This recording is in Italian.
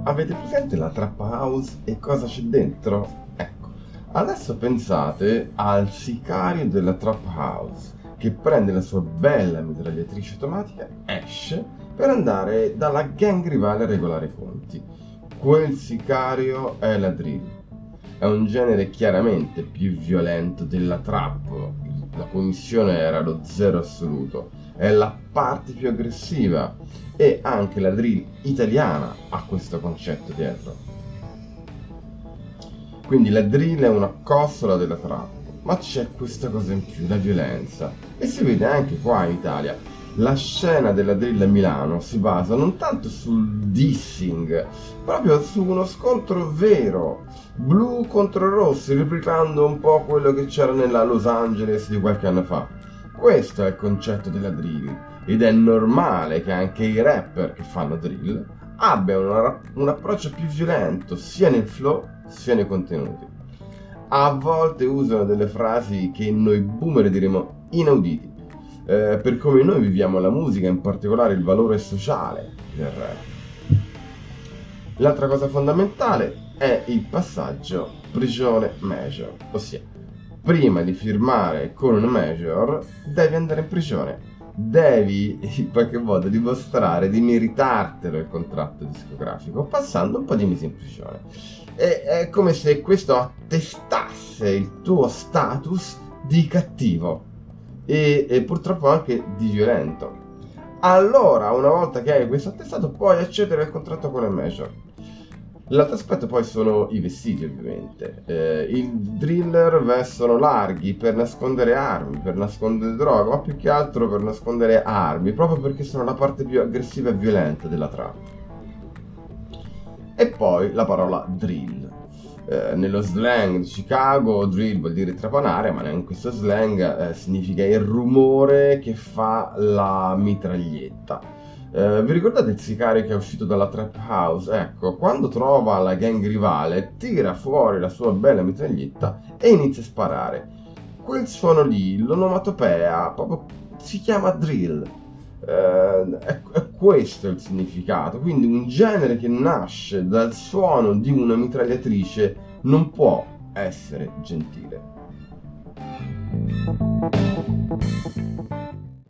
Avete presente la trap house e cosa c'è dentro? Ecco, adesso pensate al sicario della trap house che prende la sua bella mitragliatrice automatica, esce per andare dalla gang rivale a regolare i conti. Quel sicario è la drill. È un genere chiaramente più violento della trap, la commissione era lo zero assoluto, è la parte più aggressiva e anche la drill italiana ha questo concetto dietro. Quindi la drill è una costola della trap, ma c'è questa cosa in più, la violenza, e si vede anche qua in Italia. La scena della drill a Milano si basa non tanto sul dissing, proprio su uno scontro vero, blu contro rossi, replicando un po' quello che c'era nella Los Angeles di qualche anno fa. Questo è il concetto della drill, ed è normale che anche i rapper che fanno drill abbiano un approccio più violento sia nel flow sia nei contenuti. A volte usano delle frasi che noi boomer diremo inauditi, per come noi viviamo la musica, in particolare il valore sociale del rap. L'altra cosa fondamentale è il passaggio prigione-major, ossia prima di firmare con un major devi andare in prigione, devi in qualche modo dimostrare di meritartelo il contratto discografico passando un po' di mesi in prigione. È come se questo attestasse il tuo status di cattivo e purtroppo anche di violento. Allora, una volta che hai questo attestato, puoi accedere al contratto con il major. L'altro aspetto poi sono i vestiti, ovviamente. I driller vestono larghi per nascondere armi, per nascondere droga, ma più che altro per nascondere armi, proprio perché sono la parte più aggressiva e violenta della trap. E poi la parola drill. Nello slang di Chicago, drill vuol dire trapanare, ma in questo slang significa il rumore che fa la mitraglietta. Vi ricordate il sicario che è uscito dalla trap house? Ecco, quando trova la gang rivale, tira fuori la sua bella mitraglietta e inizia a sparare. Quel suono lì, l'onomatopea, proprio si chiama drill. È questo il significato. Quindi un genere che nasce dal suono di una mitragliatrice non può essere gentile.